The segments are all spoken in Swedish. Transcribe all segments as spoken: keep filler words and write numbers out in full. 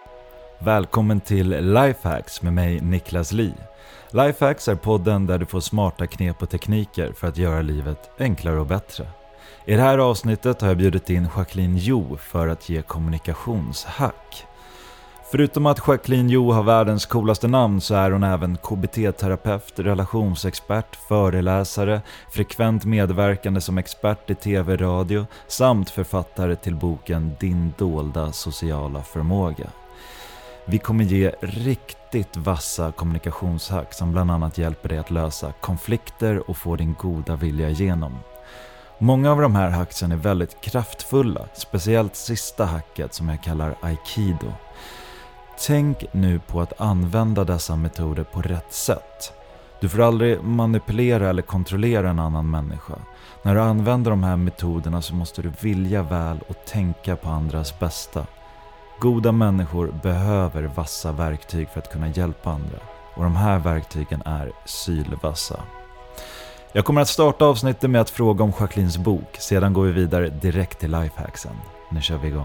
Välkommen till Lifehacks med mig Niklas Li. Lifehacks är podden där du får smarta knep och tekniker för att göra livet enklare och bättre. I det här avsnittet har jag bjudit in Jacqueline Jo för att ge kommunikationshack. Förutom att Jacqueline Jo har världens coolaste namn så är hon även K B T-terapeut, relationsexpert, föreläsare, frekvent medverkande som expert i tv-radio samt författare till boken Din dolda sociala förmåga. Vi kommer ge riktigt vassa kommunikationshack som bland annat hjälper dig att lösa konflikter och få din goda vilja igenom. Många av de här hacksen är väldigt kraftfulla, speciellt sista hacket som jag kallar Aikido. Tänk nu på att använda dessa metoder på rätt sätt. Du får aldrig manipulera eller kontrollera en annan människa. När du använder de här metoderna så måste du vilja väl och tänka på andras bästa. Goda människor behöver vassa verktyg för att kunna hjälpa andra. Och de här verktygen är sylvassa. Jag kommer att starta avsnittet med att fråga om Jacquelines bok. Sedan går vi vidare direkt till lifehacksen. Nu kör vi igång.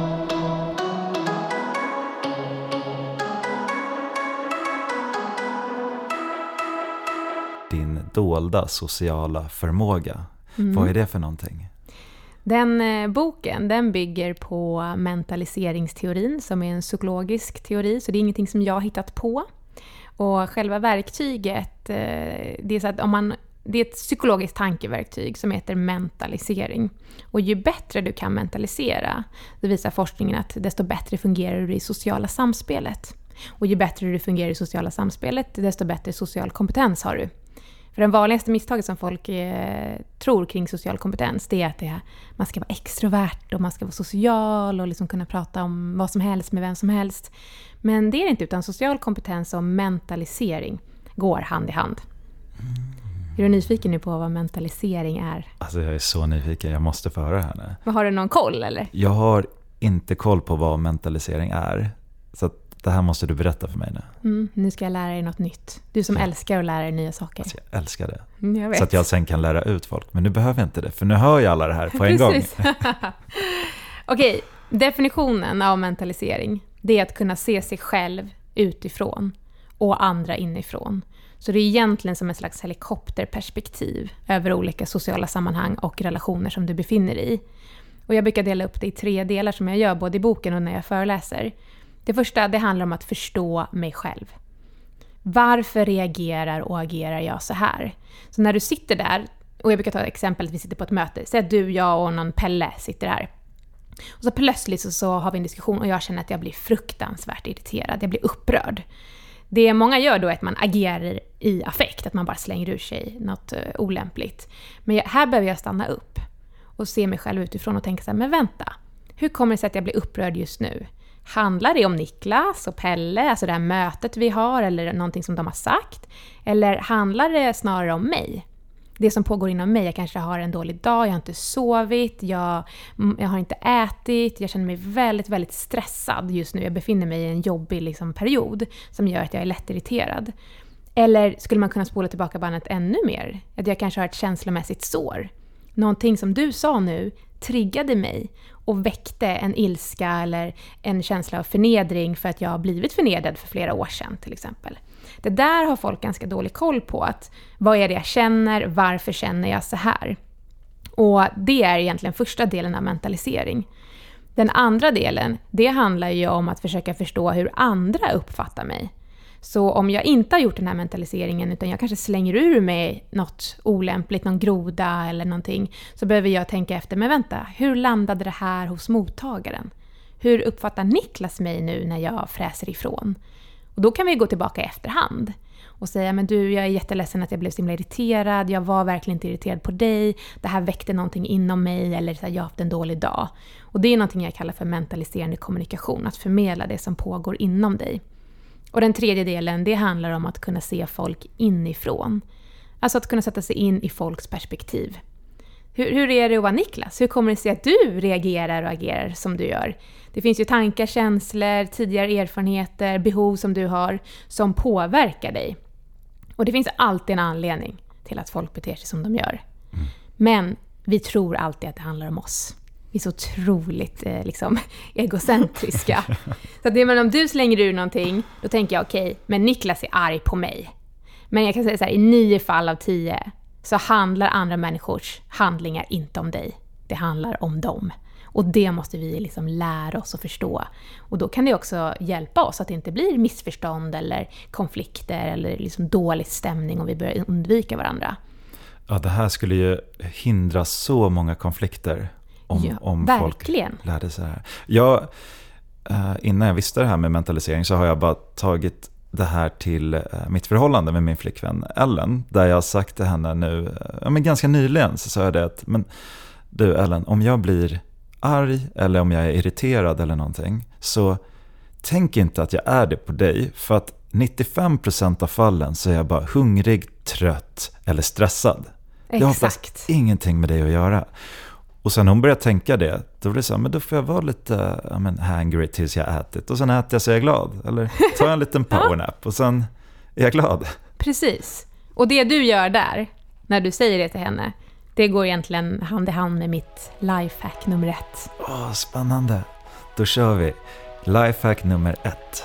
Din dolda sociala förmåga. Mm. Vad är det för någonting? Den eh, boken den bygger på mentaliseringsteorin som är en psykologisk teori, så det är ingenting som jag har hittat på. Och själva verktyget, eh, det är så att om man, det är ett psykologiskt tankeverktyg som heter mentalisering. Och ju bättre du kan mentalisera, det visar forskningen att desto bättre fungerar du i sociala samspelet. Och ju bättre du fungerar i sociala samspelet, desto bättre social kompetens har du. För den vanligaste misstaget som folk eh, tror kring social kompetens, det är att det är, man ska vara extrovert och man ska vara social och liksom kunna prata om vad som helst med vem som helst. Men det är det inte, utan social kompetens och mentalisering går hand i hand. Mm. Är du nyfiken nu på vad mentalisering är? Alltså jag är så nyfiken, jag måste få höra här nu. Men har du någon koll eller? Jag har inte koll på vad mentalisering är, så att det här måste du berätta för mig nu. Mm, nu ska jag lära dig något nytt. Du som ja. älskar att lära dig nya saker. Alltså jag älskar det. Mm, jag vet. Så att jag sen kan lära ut folk. Men nu behöver jag inte det, för nu hör jag alla det här på en gång. Okej, definitionen av mentalisering, det är att kunna se sig själv utifrån och andra inifrån. Så det är egentligen som en slags helikopterperspektiv över olika sociala sammanhang och relationer som du befinner i. Och jag brukar dela upp det i tre delar som jag gör både i boken och när jag föreläser. Det första, det handlar om att förstå mig själv. Varför reagerar och agerar jag så här? Så när du sitter där, och jag brukar ta ett exempel att vi sitter på ett möte. Säg att du, jag och någon Pelle sitter här. Och så plötsligt så, så har vi en diskussion och jag känner att jag blir fruktansvärt irriterad. Jag blir upprörd. Det många gör då är att man agerar i affekt. Att man bara slänger ur sig något uh, olämpligt. Men jag, här behöver jag stanna upp och se mig själv utifrån och tänka så här, men vänta. Hur kommer det sig att jag blir upprörd just nu? Handlar det om Niklas och Pelle, alltså det här mötet vi har eller någonting som de har sagt? Eller handlar det snarare om mig? Det som pågår inom mig, jag kanske har en dålig dag, jag har inte sovit, jag, jag har inte ätit, jag känner mig väldigt, väldigt stressad just nu. Jag befinner mig i en jobbig liksom, period som gör att jag är lättirriterad. Eller skulle man kunna spola tillbaka bandet ännu mer? Att jag kanske har ett känslomässigt sår. Någonting som du sa nu triggade mig och väckte en ilska eller en känsla av förnedring för att jag har blivit förnedrad för flera år sedan till exempel. Det där har folk ganska dålig koll på. Att vad är det jag känner? Varför känner jag så här? Och det är egentligen första delen av mentalisering. Den andra delen, det handlar ju om att försöka förstå hur andra uppfattar mig. Så om jag inte har gjort den här mentaliseringen utan jag kanske slänger ur mig något olämpligt, någon groda eller någonting, så behöver jag tänka efter, men vänta, hur landade det här hos mottagaren? Hur uppfattar Niklas mig nu när jag fräser ifrån? Och då kan vi gå tillbaka i efterhand och säga, men du, jag är jätteledsen att jag blev så himla irriterad, jag var verkligen inte irriterad på dig, det här väckte någonting inom mig, eller så här, jag har haft en dålig dag. Och det är någonting jag kallar för mentaliserande kommunikation, att förmedla det som pågår inom dig. Och den tredje delen, det handlar om att kunna se folk inifrån. Alltså att kunna sätta sig in i folks perspektiv. Hur, hur är det att vara Niklas? Hur kommer det sig att du reagerar och agerar som du gör? Det finns ju tankar, känslor, tidigare erfarenheter, behov som du har som påverkar dig. Och det finns alltid en anledning till att folk beter sig som de gör. Mm. Men vi tror alltid att det handlar om oss. Vi är så otroligt eh, liksom, egocentriska. Så att det, men om du slänger ur någonting, då tänker jag okej, okay, men Niklas är arg på mig. Men jag kan säga så här, i nio fall av tio så handlar andra människors handlingar inte om dig. Det handlar om dem. Och det måste vi liksom lära oss att förstå. Och då kan det också hjälpa oss att det inte blir missförstånd eller konflikter eller liksom dålig stämning om vi börjar undvika varandra. Ja, det här skulle ju hindra så många konflikter om, ja, om verkligen. folk lärde sig det här. Jag, innan jag visste det här med mentalisering så har jag bara tagit det här till mitt förhållande med min flickvän Ellen. Där jag har sagt till henne nu, ja, men ganska nyligen så sa jag det att, men du Ellen, om jag blir arg eller om jag är irriterad eller någonting, så tänk inte att jag är det på dig, för att nittiofem procent av fallen så är jag bara hungrig, trött eller stressad. Det har faktiskt ingenting med dig att göra. Och sen hon började tänka det, då blev det så här, men då får jag vara lite I mean, hangry tills jag ätit. Och sen äter jag så är jag glad. Eller tar jag en liten powernap och sen är jag glad. Precis. Och det du gör där, när du säger det till henne, det går egentligen hand i hand med mitt lifehack nummer ett. Åh, spännande. Då kör vi. Lifehack nummer ett.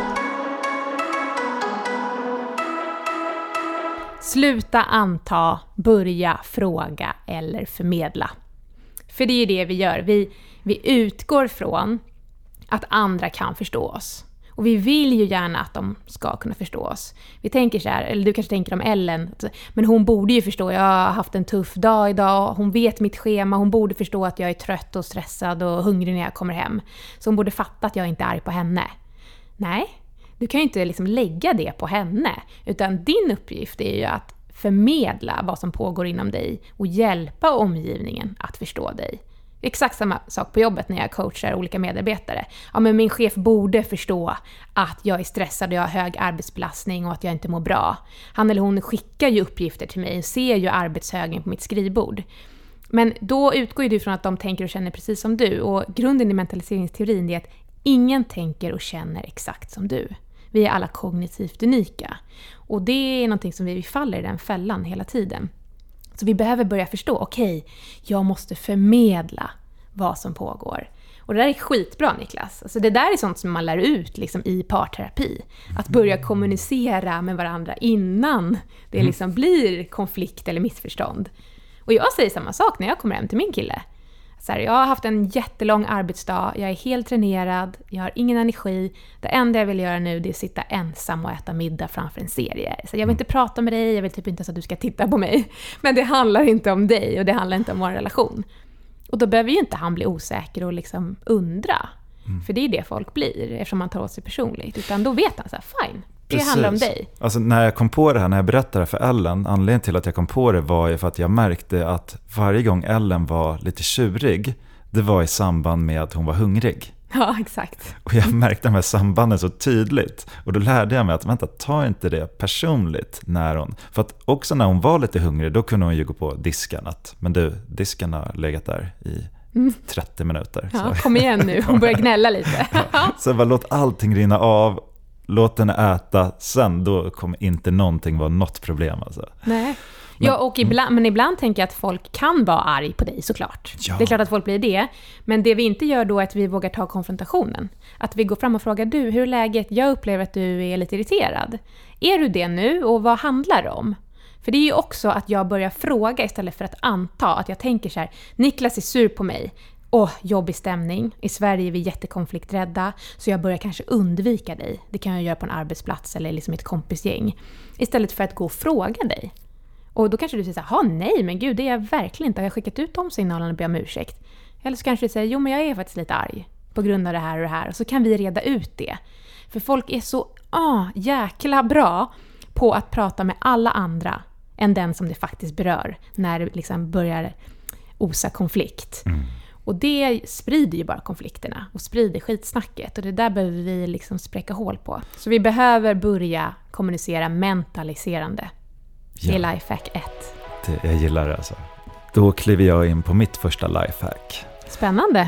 Sluta anta, börja fråga eller förmedla. För det är det vi gör. Vi, vi utgår från att andra kan förstå oss. Och vi vill ju gärna att de ska kunna förstå oss. Vi tänker så här, eller du kanske tänker om Ellen, men hon borde ju förstå, jag har haft en tuff dag idag, hon vet mitt schema, hon borde förstå att jag är trött och stressad och hungrig när jag kommer hem. Så hon borde fatta att jag inte är arg på henne. Nej, du kan ju inte liksom lägga det på henne, utan din uppgift är ju att förmedla vad som pågår inom dig och hjälpa omgivningen att förstå dig. Exakt samma sak på jobbet när jag coachar olika medarbetare. Ja, men min chef borde förstå att jag är stressad och jag har hög arbetsbelastning och att jag inte mår bra. Han eller hon skickar ju uppgifter till mig och ser ju arbetshögen på mitt skrivbord. Men då utgår ju du från att de tänker och känner precis som du. Och grunden i mentaliseringsteorin är att ingen tänker och känner exakt som du. Vi är alla kognitivt unika. Och det är någonting som vi faller i den fällan hela tiden. Så vi behöver börja förstå, okej, okay, jag måste förmedla vad som pågår. Och det där är skitbra, Niklas. Alltså det där är sånt som man lär ut liksom, i parterapi. Att börja kommunicera med varandra innan det liksom blir konflikt eller missförstånd. Och jag säger samma sak när jag kommer hem till min kille. Så här, jag har haft en jättelång arbetsdag, jag är helt tränerad, jag har ingen energi. Det enda jag vill göra nu det är att sitta ensam och äta middag framför en serie. Så jag vill inte prata med dig, jag vill typ inte att du ska titta på mig. Men det handlar inte om dig och det handlar inte om vår relation. Och då behöver ju inte han bli osäker och liksom undra. Mm. För det är det folk blir eftersom man tar åt sig personligt. Utan då vet han så här, fine. Det Precis. handlar om dig. Alltså när jag kom på det här, när jag berättade för Ellen, anledningen till att jag kom på det var ju för att jag märkte att varje gång Ellen var lite tjurig, det var i samband med att hon var hungrig. Ja, exakt. Och jag märkte de här sambanden så tydligt. Och då lärde jag mig att vänta, ta inte det personligt när hon... För att också när hon var lite hungrig, då kunde hon ju gå på disken. Att, men du, disken har legat där i trettio minuter. Ja, så. Kom igen nu, hon börjar gnälla lite. Så bara låt allting rinna av. Låt henne äta, sen då kommer inte någonting vara något problem. Alltså. Nej. Men, ja, och ibland, men ibland tänker jag att folk kan vara arg på dig såklart. Ja. Det är klart att folk blir det. Men det vi inte gör då är att vi vågar ta konfrontationen. Att vi går fram och frågar, du, hur är läget? Jag upplever att du är lite irriterad. Är du det nu och vad handlar det om? För det är ju också att jag börjar fråga istället för att anta. Att jag tänker så här, Niklas är sur på mig. Åh, jobbig stämning. I Sverige är vi jättekonflikträdda. Så jag börjar kanske undvika dig. Det kan jag göra på en arbetsplats eller liksom ett kompisgäng. Istället för att gå och fråga dig. Och då kanske du säger så här, nej men gud det är jag verkligen inte. Jag har skickat ut de signalerna och ber om ursäkt. Eller så kanske du säger, jo men jag är faktiskt lite arg. På grund av det här och det här. Och så kan vi reda ut det. För folk är så ah, jäkla bra på att prata med alla andra än den som det faktiskt berör. När det liksom börjar osa konflikt. Mm. Och det sprider ju bara konflikterna och sprider skitsnacket. Och det där behöver vi liksom spräcka hål på. Så vi behöver börja kommunicera mentaliserande. Det är ja. Lifehack ett. Det, jag gillar det alltså. Då kliver jag in på mitt första lifehack. Spännande.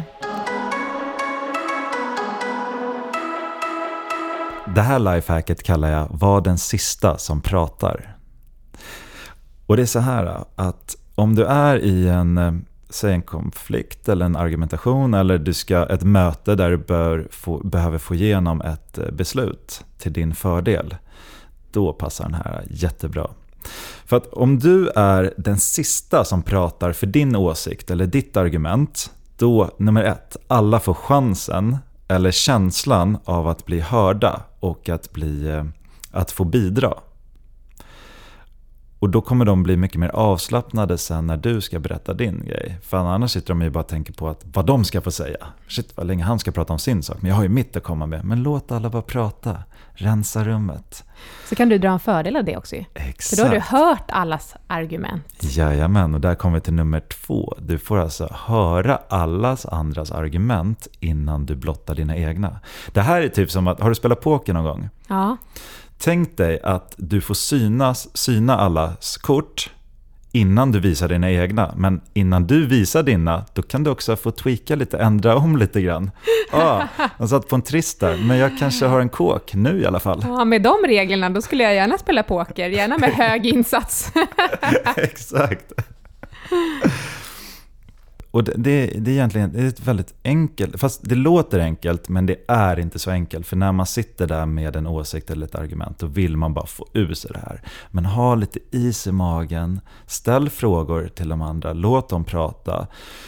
Det här lifehacket kallar jag var den sista som pratar. Och det är så här att om du är i en säg en konflikt eller en argumentation, eller du ska ett möte där du bör få, behöver få igenom ett beslut till din fördel, då passar den här jättebra. För att om du är den sista som pratar för din åsikt eller ditt argument, då nummer ett, alla får chansen eller känslan av att bli hörda och att, bli, att få bidra. Och då kommer de bli mycket mer avslappnade sen när du ska berätta din grej. För annars sitter de ju bara och tänker på att vad de ska få säga. Shit, vad länge han ska prata om sin sak. Men jag har ju mitt att komma med. Men låt alla bara prata. Rensa rummet. Så kan du dra en fördel av det också. Exakt. För då har du hört allas argument. Jajamän, och där kommer vi till nummer två. Du får alltså höra allas andras argument innan du blottar dina egna. Det här är typ som att, har du spelat poker någon gång? Ja. Tänk dig att du får synas, syna allas kort innan du visar dina egna. Men innan du visar dina, då kan du också få tweaka lite, ändra om lite grann. Ja, ah, jag satt på en trist där, men jag kanske har en kåk nu i alla fall. Ja, med de reglerna då skulle jag gärna spela poker, gärna med hög insats. Exakt. Och det, det, det är egentligen det är ett väldigt enkelt, fast det låter enkelt, men det är inte så enkelt. För när man sitter där med en åsikt eller ett argument, då vill man bara få ur sig det här. Men ha lite is i magen, ställ frågor till de andra, låt dem prata.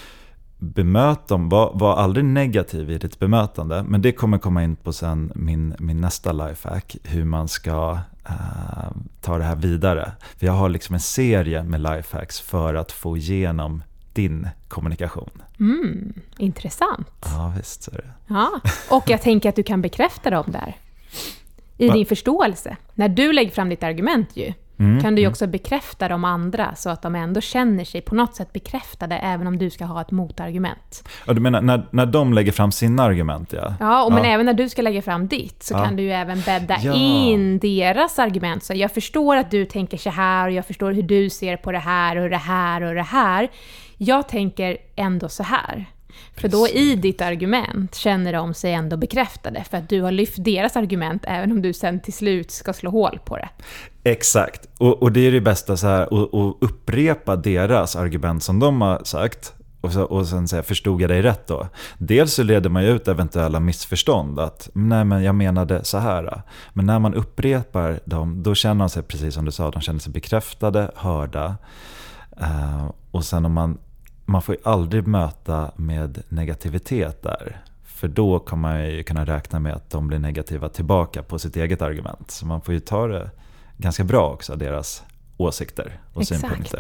Bemöt dem, var, var aldrig negativ i ditt bemötande. Men det kommer komma in på sen min, min nästa lifehack, hur man ska uh, ta det här vidare. För jag har liksom en serie med lifehacks för att få igenom din kommunikation. Mm, intressant. Ja, visst så är det. Ja, och jag tänker att du kan bekräfta dem där. I Va? din förståelse. När du lägger fram ditt argument ju, mm, kan du ju också mm. bekräfta de andra så att de ändå känner sig på något sätt bekräftade även om du ska ha ett motargument. Ja, du menar när, när de lägger fram sina argument, ja? Ja, och ja. Men även när du ska lägga fram ditt så ja. kan du ju även bädda ja. in deras argument. Så jag förstår att du tänker så här och jag förstår hur du ser på det här och det här och det här. Jag tänker ändå så här. För Precis. Då i ditt argument känner de sig ändå bekräftade. För att du har lyft deras argument även om du sen till slut ska slå hål på det. Exakt. Och, och det är det bästa så här, att, att upprepa deras argument som de har sagt. Och, så, och sen säga, förstod jag dig rätt då? Dels så leder man ju ut eventuella missförstånd. Att nej men jag menade så här. Men när man upprepar dem, då känner de sig precis som du sa. De känner sig bekräftade, hörda. Uh, och sen om man man får ju aldrig möta med negativitet där, för då kommer man ju kunna räkna med att de blir negativa tillbaka på sitt eget argument. Så man får ju ta det ganska bra också, deras åsikter och Exakt. synpunkter.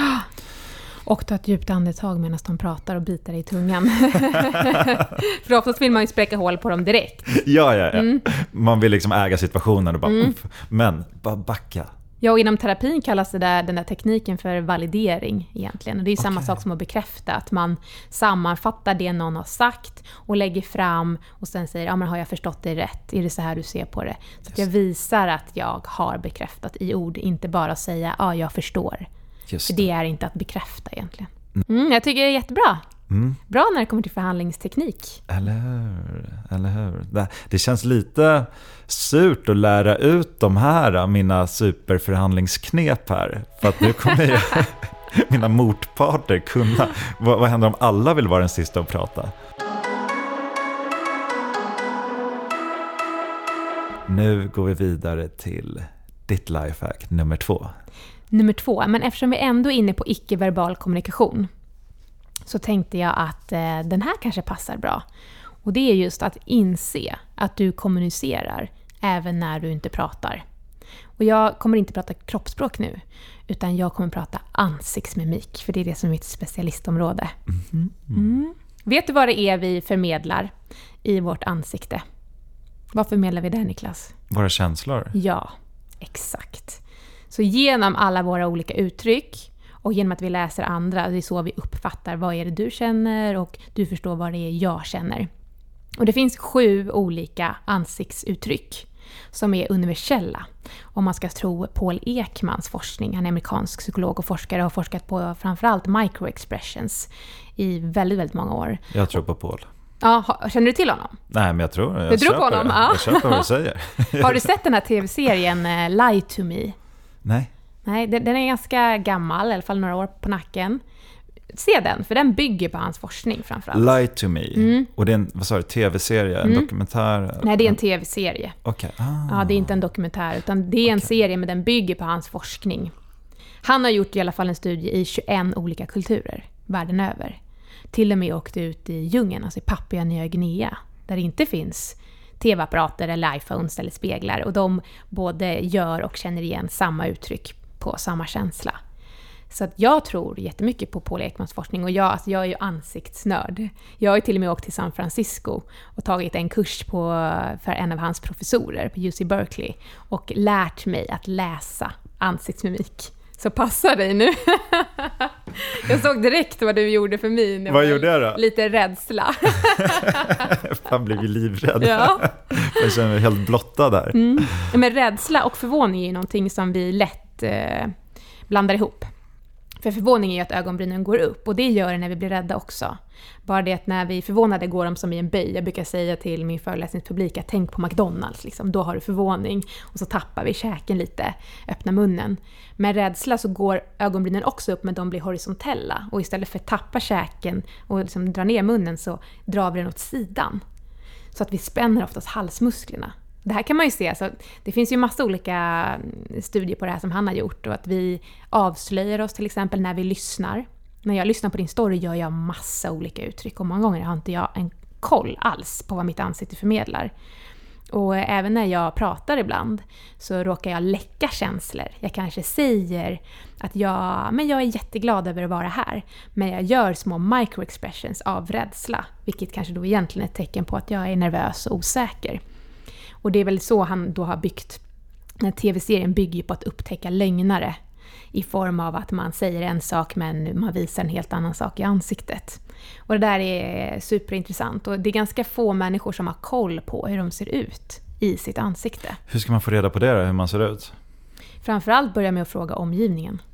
Och ta ett djupt andetag medan de pratar och biter i tungan. För oftast vill man ju spräcka hål på dem direkt. Ja, ja, ja. Mm. Man vill liksom äga situationen och bara, mm. men bara backa. Ja, och inom terapin kallas det där, den där tekniken för validering egentligen. Och det är ju okay. samma sak som att bekräfta. Att man sammanfattar det någon har sagt och lägger fram och sen säger, ja men har jag förstått det rätt? Är det så här du ser på det? Så att jag visar att jag har bekräftat i ord, inte bara säga, ja jag förstår. Just för det. det är inte att bekräfta egentligen. Mm, jag tycker det är jättebra. Mm. Bra när det kommer till förhandlingsteknik. Eller hur? Eller hur? Det, det känns lite surt att lära ut de här mina superförhandlingsknep här. För att nu kommer ju mina motparter kunna. Vad, vad händer om alla vill vara den sista att prata? Nu går vi vidare till ditt lifehack nummer två. Nummer två, men eftersom vi ändå är inne på icke-verbal kommunikation så tänkte jag att eh, den här kanske passar bra. Och det är just att inse att du kommunicerar även när du inte pratar. Och jag kommer inte prata kroppsspråk nu, utan jag kommer prata ansiktsmimik, för det är det som är mitt specialistområde. Mm-hmm. Mm. Vet du vad det är vi förmedlar i vårt ansikte? Vad förmedlar vi där, Niklas? Våra känslor? Ja, exakt. Så genom alla våra olika uttryck och genom att vi läser andra, det är så vi uppfattar vad är det du känner och du förstår vad det är jag känner. Och det finns sju olika ansiktsuttryck som är universella. Om man ska tro Paul Ekmans forskning, han är amerikansk psykolog och forskare och har forskat på framförallt microexpressions i väldigt, väldigt många år. Jag tror på Paul. Ja, känner du till honom? Nej, men jag tror, jag du tror på honom, det. Ja. Jag köper vad du säger. Har du sett den här tv-serien Lie to Me? Nej. Nej, den är ganska gammal, i alla fall några år på nacken. se den, för den bygger på hans forskning framförallt. Lie to me. Mm. Och det är en, vad sa du, tv-serie, en mm. dokumentär? Nej, det är en tv-serie. Okej. Okay. Ah. Ja, det är inte en dokumentär, utan det är en okay. serie, men den bygger på hans forskning. Han har gjort i alla fall en studie i tjugoen olika kulturer världen över. Till och med åkt ut i djungeln, alltså i Papua Nya Guinea, där det inte finns tv-apparater eller iPhones eller speglar. Och de både gör och känner igen samma uttryck på samma känsla. Så att jag tror jättemycket på Paul Ekmans forskning. Och jag, alltså jag är ju ansiktsnörd. Jag har ju till och med åkt till San Francisco och tagit en kurs på, för en av hans professorer på U C Berkeley. Och lärt mig att läsa ansiktsmimik. Så passa dig nu. Jag såg direkt vad du gjorde för min. Vad gjorde jag då? Lite rädsla. Han blev ju livrädd. Ja. Jag känner mig helt blottad där. Mm. Men rädsla och förvåning är ju någonting som vi lätt eh, blandar ihop. För förvåning är ju att ögonbrynen går upp. Och det gör det när vi blir rädda också. Bara det att när vi är förvånade går de som i en böj. Jag brukar säga till min föreläsningspublik att tänk på McDonalds. Liksom. Då har du förvåning. Och så tappar vi käken lite. Öppna munnen. Med rädsla så går ögonbrynen också upp, men de blir horisontella. Och istället för att tappa käken och liksom dra ner munnen så drar vi den åt sidan. Så att vi spänner oftast halsmusklerna. Det här kan man ju se, alltså, det finns ju massa olika studier på det här som han har gjort. Och att vi avslöjar oss till exempel när vi lyssnar. När jag lyssnar på din story gör jag massa olika uttryck. Och många gånger har inte jag en koll alls på vad mitt ansikte förmedlar. Och även när jag pratar ibland så råkar jag läcka känslor. Jag kanske säger att jag, men jag är jätteglad över att vara här. Men jag gör små microexpressions av rädsla. Vilket kanske då egentligen är ett tecken på att jag är nervös och osäker. Och det är väl så han då har byggt, den tv-serien bygger på att upptäcka lögnare. I form av att man säger en sak men man visar en helt annan sak i ansiktet. Och det där är superintressant. Och det är ganska få människor som har koll på hur de ser ut i sitt ansikte. Hur ska man få reda på det då, hur man ser ut? Framförallt börja med att fråga omgivningen.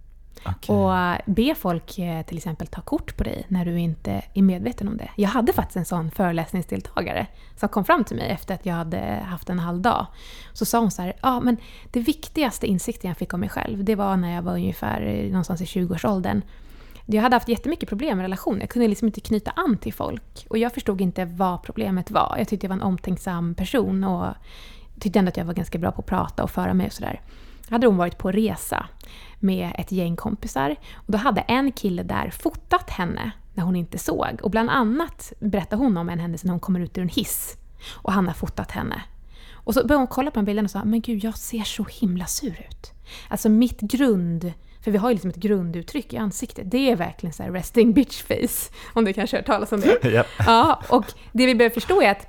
Okay. Och be folk till exempel ta kort på dig när du inte är medveten om det. Jag hade faktiskt en sån föreläsningsdeltagare som kom fram till mig efter att jag hade haft en halv dag. Så sa hon så här, ja men det viktigaste insikten jag fick om mig själv, det var när jag var ungefär någonstans i tjugoårsåldern. Jag hade haft jättemycket problem med relationer. Jag kunde liksom inte knyta an till folk. Och jag förstod inte vad problemet var. Jag tyckte jag var en omtänksam person och tyckte ändå att jag var ganska bra på att prata och föra mig och sådär. Hade hon varit på resa med ett gäng kompisar. Och då hade en kille där fotat henne när hon inte såg. Och bland annat berättade hon om en händelse när hon kommer ut ur en hiss. Och han har fotat henne. Och så började hon kolla på den bilden och sa, men gud, jag ser så himla sur ut. Alltså mitt grund, för vi har ju liksom ett grunduttryck i ansiktet. Det är verkligen så här resting bitch face. Om du kanske har hört talas om det. Yep. Ja, och det vi behöver förstå är att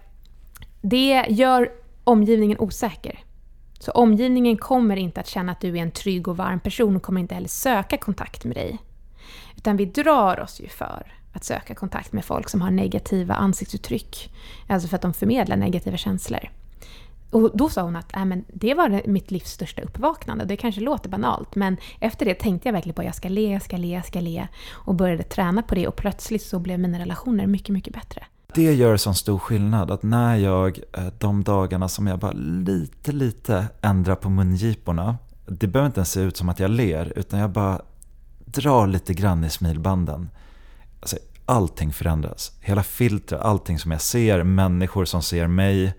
det gör omgivningen osäker. Så omgivningen kommer inte att känna att du är en trygg och varm person och kommer inte heller söka kontakt med dig. Utan vi drar oss ju för att söka kontakt med folk som har negativa ansiktsuttryck. Alltså för att de förmedlar negativa känslor. Och då sa hon att äh, men det var mitt livs största uppvaknande. Det kanske låter banalt, men efter det tänkte jag verkligen på att jag ska le, jag ska le, jag ska le. Och började träna på det och plötsligt så blev mina relationer mycket, mycket bättre. Det gör sån stor skillnad att när jag, de dagarna som jag bara lite, lite ändrar på mungiporna, det behöver inte ens se ut som att jag ler, utan jag bara drar lite grann i smilbanden. Alltså, allting förändras. Hela filtret, allting som jag ser, människor som ser mig,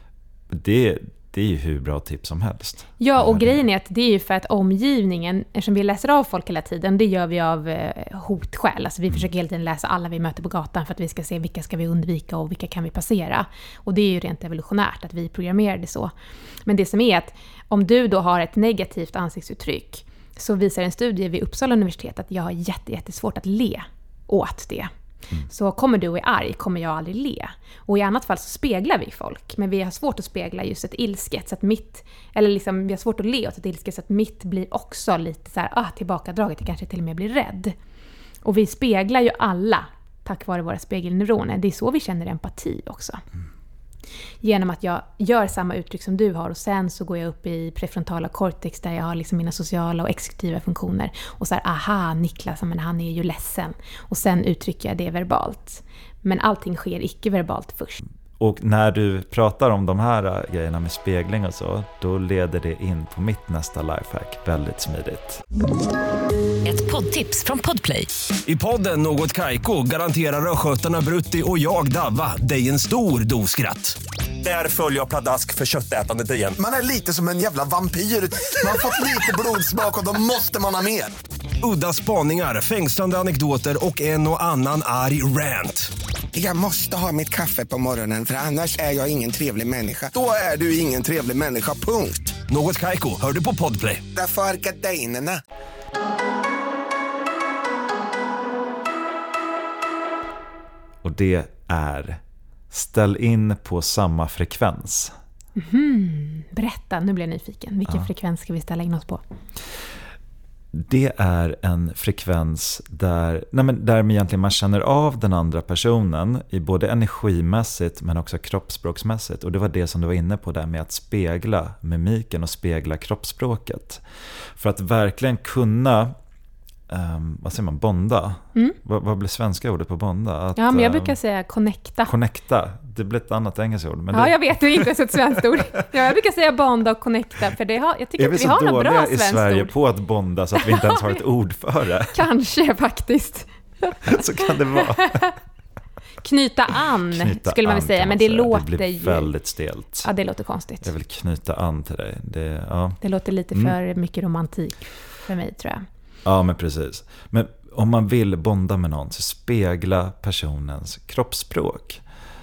det, det är ju hur bra tips som helst. Ja, och grejen är att det är ju för att omgivningen, eftersom vi läser av folk hela tiden, det gör vi av hotskäl. Alltså vi mm. försöker hela tiden läsa alla vi möter på gatan för att vi ska se vilka ska vi undvika och vilka kan vi passera. Och det är ju rent evolutionärt att vi programmerar det så. Men det som är att om du då har ett negativt ansiktsuttryck så visar en studie vid Uppsala universitet att jag har jätte, jättesvårt att le åt det. Mm. Så kommer du och är arg kommer jag aldrig le. Och i annat fall så speglar vi folk. Men vi har svårt att spegla just ett ilsket så att mitt, eller liksom vi har svårt att le åt ett ilsket så att mitt blir också lite så här, ah, tillbakadraget, det kanske till och med blir rädd. Och vi speglar ju alla tack vare våra spegelneuroner. Det är så vi känner empati också. Mm. Genom att jag gör samma uttryck som du har och sen så går jag upp i prefrontala cortex där jag har liksom mina sociala och exekutiva funktioner och så här, aha, Niklas, men han är ju ledsen och sen uttrycker jag det verbalt. Men allting sker icke-verbalt först. Och när du pratar om de här grejerna med spegling och så, då leder det in på mitt nästa lifehack väldigt smidigt. Ett poddtips från Podplay. I podden Något Kaiko garanterar röskötarna Brutti och jag Davva dig en stor doskratt. Där följer jag pladask för köttätandet igen. Man är lite som en jävla vampyr. Man har fått lite blodsmak och då måste man ha mer. Udda spaningar, fängslande anekdoter och en och annan arg rant. Jag måste ha mitt kaffe på morgonen för annars är jag ingen trevlig människa. Då är du ingen trevlig människa, punkt. Något Kaiko, hör du på Podplay. Därför är gardinerna. Och det är: ställ in på samma frekvens. Mm, berätta, nu blir jag nyfiken. Vilken Ja. frekvens ska vi ställa in oss på? Det är en frekvens där, nej men där man egentligen man känner av den andra personen i både energimässigt men också kroppsspråksmässigt. Och det var det som du var inne på där med att spegla mimiken och spegla kroppsspråket. För att verkligen kunna, um, vad säger man, bonda? Mm. Vad, vad blir svenska ordet på bonda? Att, Ja, men jag um, brukar säga connecta. Connecta, det blir ett annat engelskt ord. Men Ja, det, jag vet, det är inte så ett svenskt ord. Ja, jag brukar säga bonda och connecta, för det har, jag tycker är vi att vi så har något bra dåliga i svenskt Sverige ord. på att bonda så att vi inte ens har ett ord för det? Kanske faktiskt. Så kan det vara. Knyta an Knyta skulle man an, väl säga, kan man men det säga. låter det blir ju... väldigt stelt. Ja, det låter konstigt. Jag vill knyta an till dig. Det, ja. Det låter lite Mm. för mycket romantik för mig, tror jag. ja, men precis. Men om man vill bonda med någon så spegla personens kroppsspråk.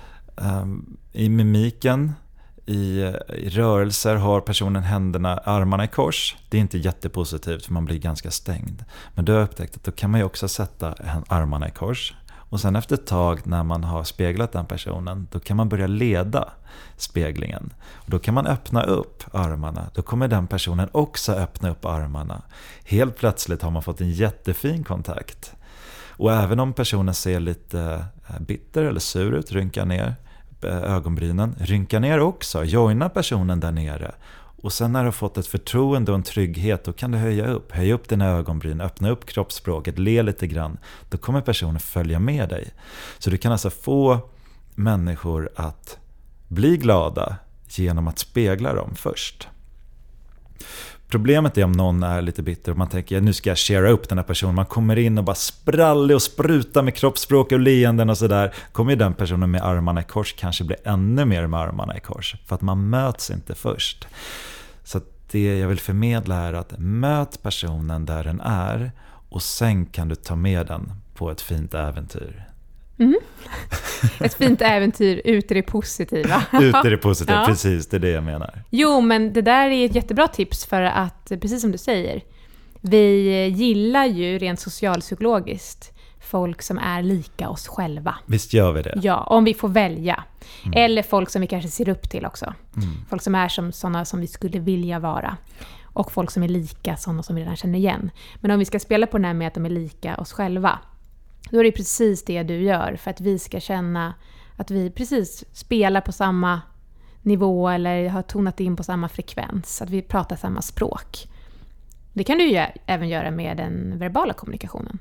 Um, I mimiken, i, i rörelser har personen händerna, armarna i kors. Det är inte jättepositivt för man blir ganska stängd. Men du har upptäckt att då kan man ju också sätta armarna i kors. Och sen efter ett tag när man har speglat den personen, då kan man börja leda speglingen. Och då kan man öppna upp armarna. Då kommer den personen också öppna upp armarna. Helt plötsligt har man fått en jättefin kontakt. Och även om personen ser lite bitter eller sur ut, rynka ner ögonbrynen. Rynka ner också, joina personen där nere. Och sen när du har fått ett förtroende och en trygghet, då kan du höja upp. Höja upp dina ögonbryn, öppna upp kroppsspråket, le lite grann. Då kommer personen följa med dig. Så du kan alltså få människor att bli glada genom att spegla dem först. Problemet är om någon är lite bitter och man tänker, nu ska jag sharea upp den här personen. Man kommer in och bara sprallig och sprutar med kroppsspråk och leenden och sådär. Kommer ju den personen med armarna i kors kanske bli ännu mer med armarna i kors. För att man möts inte först. Så att det jag vill förmedla är att möt personen där den är. Och sen kan du ta med den på ett fint äventyr. Mm. Ett fint äventyr ut i det positiva. Ut i det positiva, Ja. precis, det är det jag menar. Jo, men det där är ett jättebra tips för att, precis som du säger, vi gillar ju rent socialpsykologiskt folk som är lika oss själva. Visst gör vi det? Ja, om vi får välja. Mm. Eller folk som vi kanske ser upp till också. Mm. Folk som är som sådana som vi skulle vilja vara. Och folk som är lika sådana som vi redan känner igen. Men om vi ska spela på den här med att de är lika oss själva, då är det precis det du gör för att vi ska känna att vi precis spelar på samma nivå eller har tonat in på samma frekvens, att vi pratar samma språk. Det kan du ju även göra med den verbala kommunikationen.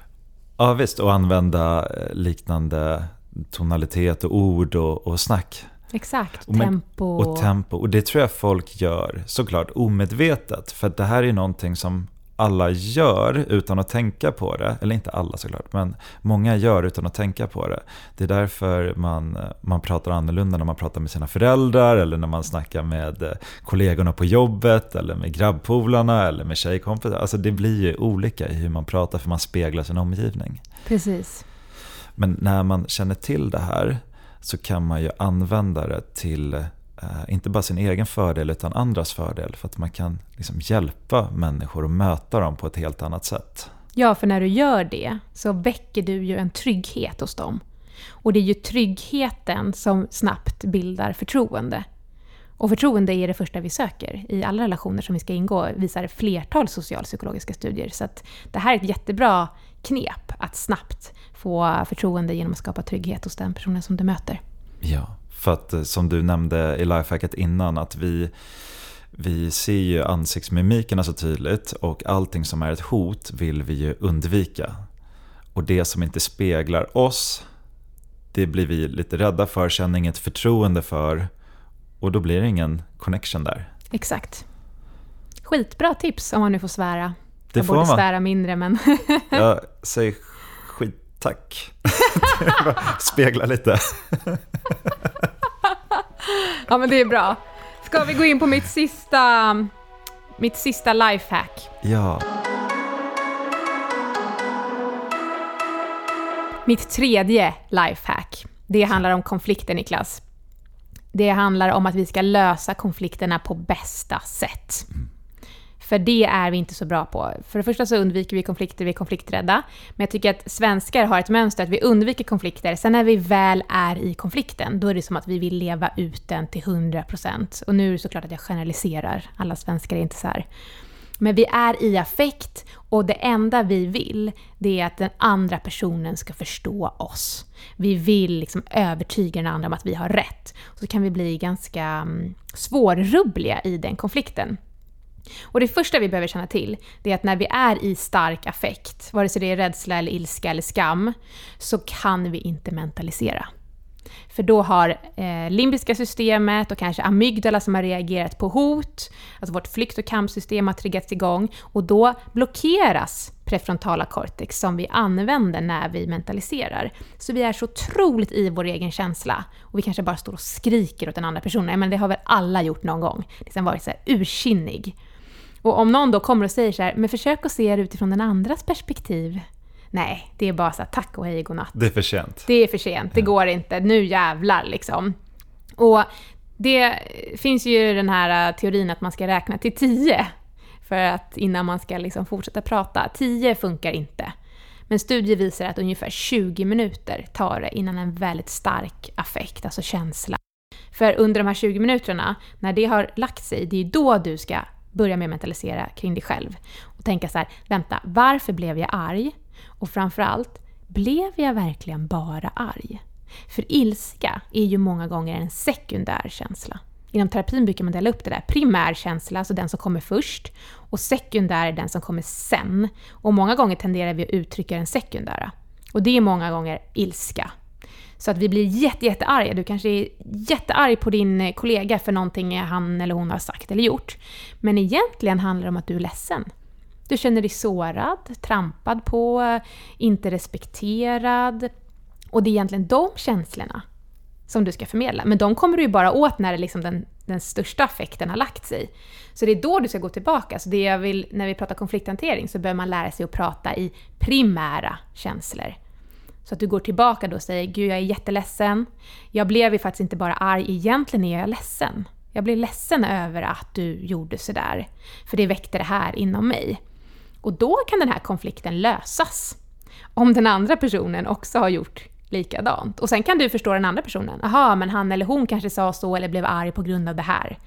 Ja visst, och använda liknande tonalitet och ord och, och snack. Exakt, och men, tempo. Och tempo, och det tror jag folk gör såklart omedvetet. För att det här är någonting som alla gör utan att tänka på det. Eller inte alla såklart, men många gör utan att tänka på det. Det är därför man, man pratar annorlunda när man pratar med sina föräldrar eller när man snackar med kollegorna på jobbet eller med grabbpolarna eller med tjejkompisar. Alltså det blir ju olika i hur man pratar för man speglar sin omgivning. Precis. Men när man känner till det här så kan man ju använda det till Uh, inte bara sin egen fördel utan andras fördel, för att man kan liksom hjälpa människor och möta dem på ett helt annat sätt. Ja, för när du gör det så väcker du ju en trygghet hos dem. Och det är ju tryggheten som snabbt bildar förtroende. Och förtroende är det första vi söker. I alla relationer som vi ska ingå visar flertal socialpsykologiska studier. Så att det här är ett jättebra knep att snabbt få förtroende genom att skapa trygghet hos den personen som du möter. Ja. För att som du nämnde i lifehacket innan, att vi, vi ser ju ansiktsmimikerna så tydligt och allting som är ett hot vill vi ju undvika. Och det som inte speglar oss, det blir vi lite rädda för, känner inget förtroende för, och då blir det ingen connection där. Exakt. Skitbra tips om man nu får svära. Det jag får borde man. svära mindre, men... Jag säger skit, tack. Spegla lite. Ja, men det är bra. Ska vi gå in på mitt sista, mitt sista lifehack? Ja. Mitt tredje lifehack. Det handlar om konflikter, Niklas. Det handlar om att vi ska lösa konflikterna på bästa sätt. För det är vi inte så bra på. För det första så undviker vi konflikter, vi är konflikträdda. Men jag tycker att svenskar har ett mönster att vi undviker konflikter. Sen när vi väl är i konflikten, då är det som att vi vill leva ut den till hundra procent. Och nu är det såklart att jag generaliserar. Alla svenskar är inte så här. Men vi är i affekt, och det enda vi vill, det är att den andra personen ska förstå oss. Vi vill liksom övertyga den andra om att vi har rätt. Och så kan vi bli ganska um, svårrubbliga i den konflikten. Och det första vi behöver känna till, det är att när vi är i stark affekt, vare sig det är rädsla eller ilska eller skam, så kan vi inte mentalisera. För då har eh, limbiska systemet och kanske amygdala som har reagerat på hot, alltså vårt flykt- och kampsystem har triggats igång, och då blockeras prefrontala cortex som vi använder när vi mentaliserar. Så vi är så otroligt i vår egen känsla, och vi kanske bara står och skriker åt den andra personen, men det har väl alla gjort någon gång. Det har varit så här ursinnig. Och om någon då kommer och säger så här, men försök att se det utifrån den andras perspektiv. Nej, det är bara så här, tack och hej, godnatt. Det är för sent. Det är för sent, det går inte. Nu jävlar liksom. Och det finns ju den här teorin att man ska räkna till tio för att innan man ska liksom fortsätta prata. tio funkar inte. Men studier visar att ungefär tjugo minuter tar det innan en väldigt stark affekt, alltså känsla. För under de här tjugo minuterna, när det har lagt sig, det är då du ska börja med att mentalisera kring dig själv. Och tänka så här, vänta, varför blev jag arg? Och framförallt, blev jag verkligen bara arg? För ilska är ju många gånger en sekundär känsla. Inom terapin brukar man dela upp det där. Primär känsla, alltså den som kommer först. Och sekundär är den som kommer sen. Och många gånger tenderar vi att uttrycka den sekundära. Och det är många gånger ilska. Så att vi blir jätte, jättearga. Du kanske är jättearg på din kollega för någonting han eller hon har sagt eller gjort. Men egentligen handlar det om att du är ledsen. Du känner dig sårad, trampad på, inte respekterad. Och det är egentligen de känslorna som du ska förmedla. Men de kommer du ju bara åt när det liksom den, den största affekten har lagt sig. Så det är då du ska gå tillbaka. Så det jag vill, när vi pratar konflikthantering så behöver man lära sig att prata i primära känslor. Så att du går tillbaka då och säger, gud jag är jätteledsen. Jag blev ju faktiskt inte bara arg, egentligen är jag ledsen. Jag blev ledsen över att du gjorde sådär. För det väckte det här inom mig. Och då kan den här konflikten lösas. Om den andra personen också har gjort likadant. Och sen kan du förstå den andra personen. Aha, men han eller hon kanske sa så eller blev arg på grund av det här.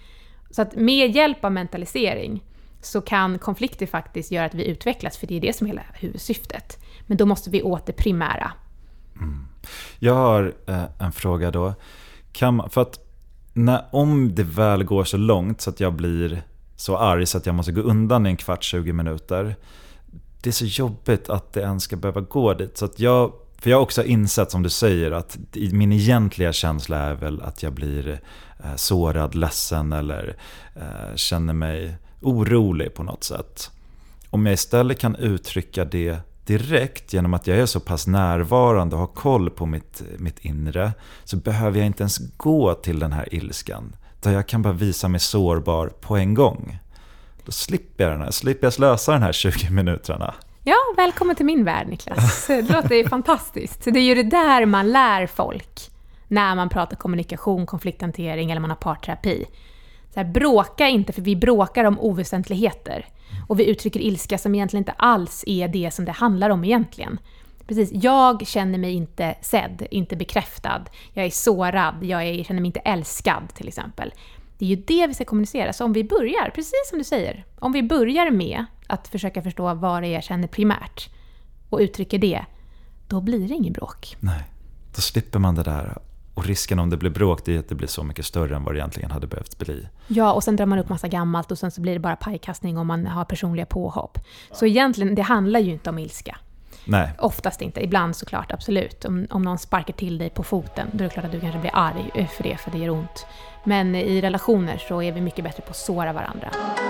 Så att med hjälp av mentalisering så kan konflikter faktiskt göra att vi utvecklas. För det är det som är hela huvudsyftet. Men då måste vi åter primära. Mm. Jag har eh, en fråga då. Kan man, för att när, om det väl går så långt så att jag blir så arg så att jag måste gå undan i en kvart, tjugo minuter. Det är så jobbigt att det ens ska behöva gå dit. Så att jag, för jag har också insett, som du säger, att min egentliga känsla är väl att jag blir eh, sårad, ledsen eller eh, känner mig orolig på något sätt. Om jag istället kan uttrycka det direkt genom att jag är så pass närvarande och har koll på mitt, mitt inre, så behöver jag inte ens gå till den här ilskan. Där jag kan bara visa mig sårbar på en gång. Då slipper jag den här, slipper jag slösa den här tjugo minuterna. Ja, välkommen till min värld, Niklas. Det låter fantastiskt. Det är ju det där man lär folk när man pratar kommunikation, konflikthantering eller man har parterapi. Så här, bråka inte, för vi bråkar om oväsentligheter. Och vi uttrycker ilska som egentligen inte alls är det som det handlar om egentligen. Precis, jag känner mig inte sedd, inte bekräftad. Jag är sårad, jag är, känner mig inte älskad till exempel. Det är ju det vi ska kommunicera. Så om vi börjar, precis som du säger, om vi börjar med att försöka förstå vad det är jag känner primärt och uttrycker det, då blir det ingen bråk. Nej, då slipper man det där. Och risken om det blir bråk, det är att det blir så mycket större än vad det egentligen hade behövt bli. Ja, och sen drar man upp massa gammalt och sen så blir det bara pajkastning om man har personliga påhopp. Så egentligen, det handlar ju inte om ilska. Nej. Oftast inte. Ibland såklart, absolut. Om, om någon sparkar till dig på foten, då är det klart att du kanske blir arg för det, för det gör ont. Men i relationer så är vi mycket bättre på att såra varandra.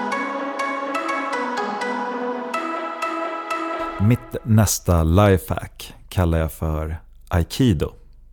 Mitt nästa lifehack kallar jag för Aikido.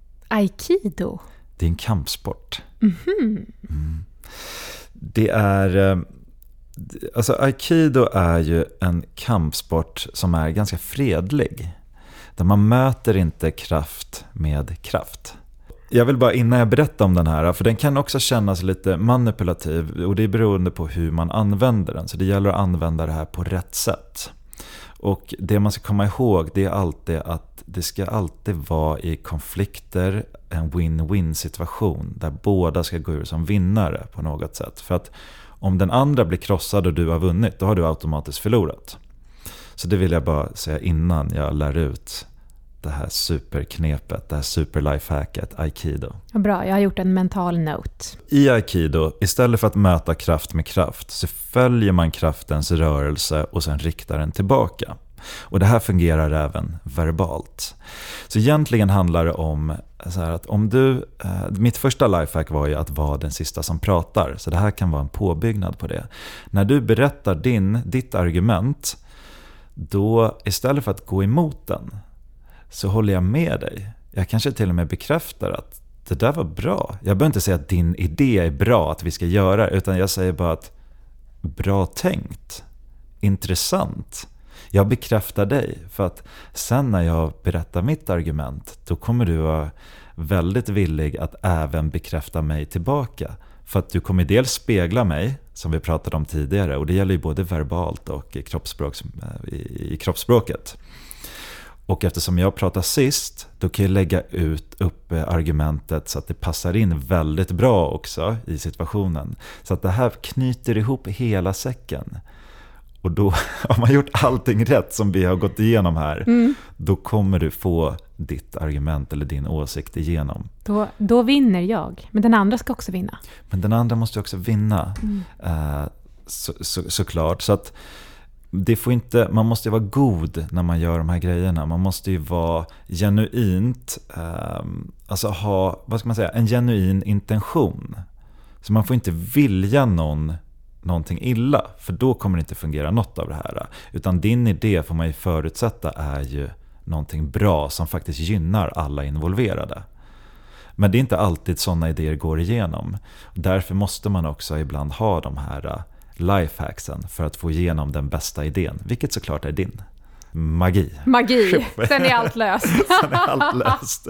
Aikido? Det är en kampsport. Mm-hmm. Mm. Det är... Alltså Aikido är ju en kampsport som är ganska fredlig. Där man möter inte kraft med kraft. Jag vill bara innan jag berättar om den här, för den kan också kännas lite manipulativ och det är beroende på hur man använder den. Så det gäller att använda det här på rätt sätt. Och det man ska komma ihåg, det är alltid att det ska alltid vara i konflikter en win-win situation där båda ska gå ur som vinnare på något sätt. För att om den andra blir krossad och du har vunnit, då har du automatiskt förlorat. Så det vill jag bara säga innan jag lär ut det här superknepet, det här superlifehacket, Aikido. Bra, jag har gjort en mental note. I Aikido, istället för att möta kraft med kraft, så följer man kraftens rörelse och sen riktar den tillbaka. Och det här fungerar även verbalt. Så egentligen handlar det om så här att om du... Eh, mitt första lifehack var ju att vara den sista som pratar. Så det här kan vara en påbyggnad på det. När du berättar din, ditt argument, då istället för att gå emot den, så håller jag med dig. Jag kanske till och med bekräftar att det där var bra. Jag behöver inte säga att din idé är bra, att vi ska göra, utan jag säger bara att bra tänkt, intressant. Jag bekräftar dig, för att sen när jag berättar mitt argument, då kommer du vara väldigt villig att även bekräfta mig tillbaka. För att du kommer dels spegla mig, som vi pratade om tidigare, och det gäller ju både verbalt och i, kroppsspråk, i, i kroppsspråket. Och eftersom jag pratar sist, då kan jag lägga ut upp argumentet så att det passar in väldigt bra också i situationen. Så att det här knyter ihop hela säcken. Och då har man gjort allting rätt som vi har gått igenom här. Mm. Då kommer du få ditt argument eller din åsikt igenom. Då, då vinner jag. Men den andra ska också vinna. Men den andra måste också vinna. Mm. Uh, så, så, såklart. Så att det får inte, man måste ju vara god när man gör de här grejerna. Man måste ju vara genuint, uh, alltså ha, vad ska man säga, en genuin intention. Så man får inte vilja någon någonting illa, för då kommer det inte fungera något av det här. Utan din idé, får man ju förutsätta, är ju någonting bra som faktiskt gynnar alla involverade. Men det är inte alltid sådana idéer går igenom. Därför måste man också ibland ha de här lifehacksen för att få igenom den bästa idén, vilket såklart är din. Magi. Magi. Sen är allt löst. Sen är allt löst.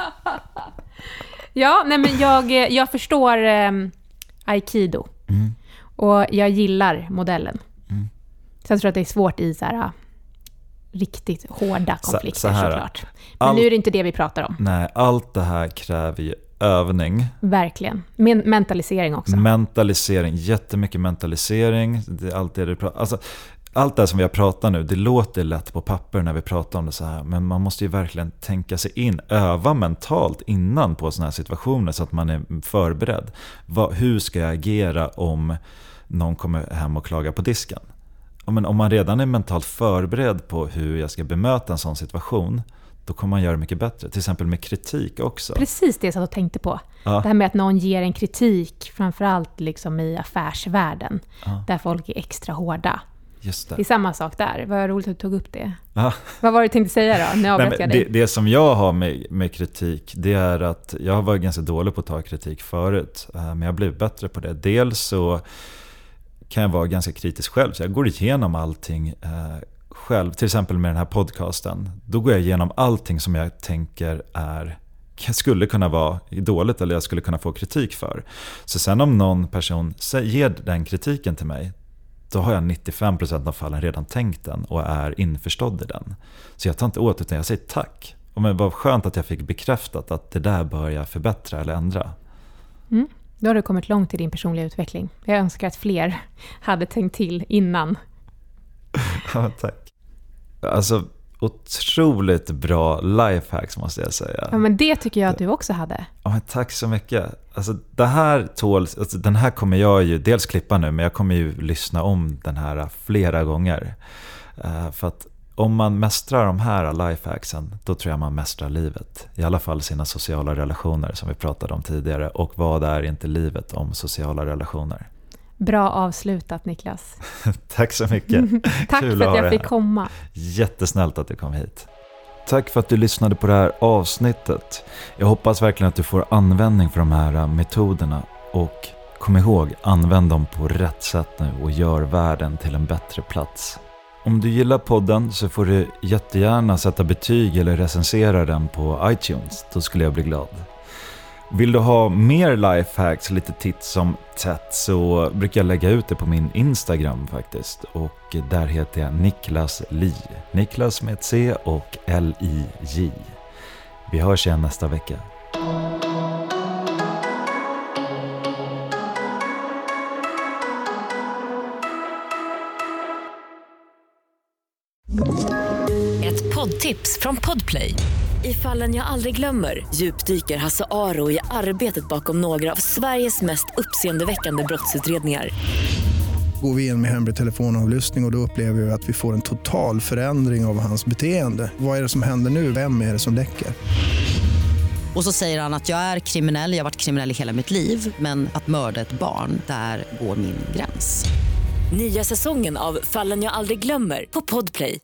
Ja, nej men jag, jag förstår eh, Aikido. Mm. Och jag gillar modellen. Mm. Så jag tror att det är svårt i så här riktigt hårda konflikter, så, så här, såklart. Men all, nu är det inte det vi pratar om. Nej, allt det här kräver ju övning. Verkligen. Men, mentalisering också. Mentalisering, jättemycket mentalisering. Det är allt det du pratar, alltså, allt det som vi har pratat nu, det låter lätt på papper när vi pratar om det så här. Men man måste ju verkligen tänka sig in, öva mentalt innan på såna här situationer så att man är förberedd. Vad, hur ska jag agera om någon kommer hem och klagar på disken? Men om man redan är mentalt förberedd på hur jag ska bemöta en sån situation, då kommer man göra det mycket bättre. Till exempel med kritik också. Precis det som jag tänkte på. Ja. Det här med att någon ger en kritik, framförallt liksom i affärsvärlden, ja. Där folk är extra hårda. Just det. Det är samma sak där. Vad roligt att du tog upp det. Ja. Vad var det du tänkte säga då? Nu avbröt jag dig. Det, det som jag har med, med kritik, det är att jag har varit ganska dålig på att ta kritik förut. Men jag har blivit bättre på det. Dels så kan jag vara ganska kritisk själv. Så jag går igenom allting eh, själv. Till exempel med den här podcasten. Då går jag igenom allting som jag tänker är, skulle kunna vara dåligt eller jag skulle kunna få kritik för. Så sen om någon person ger den kritiken till mig, då har jag nittiofem procent av fallen redan tänkt den och är införstådd i den. Så jag tar inte åt utan jag säger tack. Och men vad skönt att jag fick bekräftat att det där bör jag förbättra eller ändra. Mm. Då har du kommit långt i din personliga utveckling. Jag önskar att fler hade tänkt till innan. Ja, tack. Alltså, otroligt bra lifehacks måste jag säga. Ja, men det tycker jag att du också hade. Ja, men tack så mycket. Alltså, det här tåls, alltså, den här kommer jag ju dels klippa nu, men jag kommer ju lyssna om den här flera gånger. Uh, för att om man mästrar de här lifehacksen, då tror jag man mästrar livet. I alla fall sina sociala relationer som vi pratade om tidigare. Och vad är inte livet om sociala relationer? Bra avslutat, Niklas. Tack så mycket. Tack Kul för att ha jag dig fick här. komma. Jättesnällt att du kom hit. Tack för att du lyssnade på det här avsnittet. Jag hoppas verkligen att du får användning för de här metoderna. Och kom ihåg, använd dem på rätt sätt nu och gör världen till en bättre plats. Om du gillar podden så får du jättegärna sätta betyg eller recensera den på iTunes. Då skulle jag bli glad. Vill du ha mer lifehacks, lite tips som tätt, så brukar jag lägga ut det på min Instagram faktiskt. Och där heter jag Niklas Li. Niklas med ett C och L I J. Vi hörs igen nästa vecka. Ett poddtips från Podplay. I Fallen jag aldrig glömmer djupdyker Hasse Aro i arbetet bakom några av Sveriges mest uppseendeväckande brottsutredningar. Går vi in med hemlig telefonavlyssning och, och då upplever vi att vi får en total förändring av hans beteende. Vad är det som händer nu? Vem är det som läcker? Och så säger han att jag är kriminell, jag har varit kriminell i hela mitt liv. Men att mörda ett barn, där går min gräns. Nya säsongen av Fallen jag aldrig glömmer på Podplay.